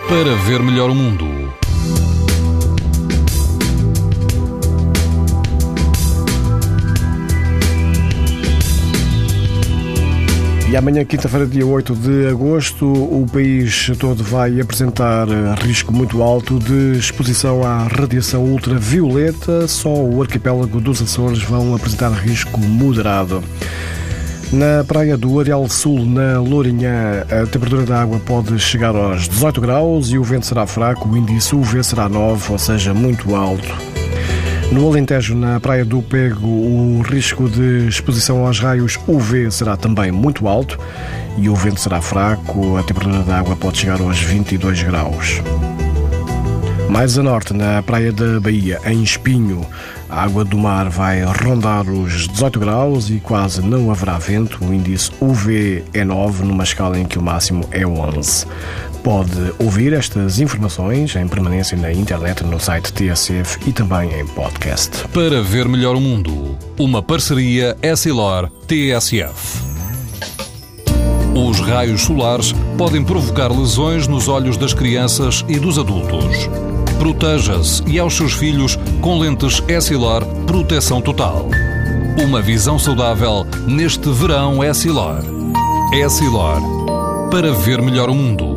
para ver melhor o mundo. E amanhã, quinta-feira, dia 8 de agosto, o país todo vai apresentar risco muito alto de exposição à radiação ultravioleta. Só o arquipélago dos Açores vão apresentar risco moderado. Na praia do Areal Sul, na Lourinhã, a temperatura da água pode chegar aos 18 graus e o vento será fraco, o índice UV será 9, ou seja, muito alto. No Alentejo, na Praia do Pego, o risco de exposição aos raios UV será também muito alto e o vento será fraco, a temperatura da água pode chegar aos 22 graus. Mais a norte, na Praia da Bahia, em Espinho, a água do mar vai rondar os 18 graus e quase não haverá vento, o índice UV é 9, numa escala em que o máximo é 11. Pode ouvir estas informações em permanência na internet, no site TSF e também em podcast. Para ver melhor o mundo, uma parceria Essilor-TSF. Os raios solares podem provocar lesões nos olhos das crianças e dos adultos. Proteja-se e aos seus filhos com lentes Essilor Proteção Total. Uma visão saudável neste verão Essilor. Essilor, para ver melhor o mundo.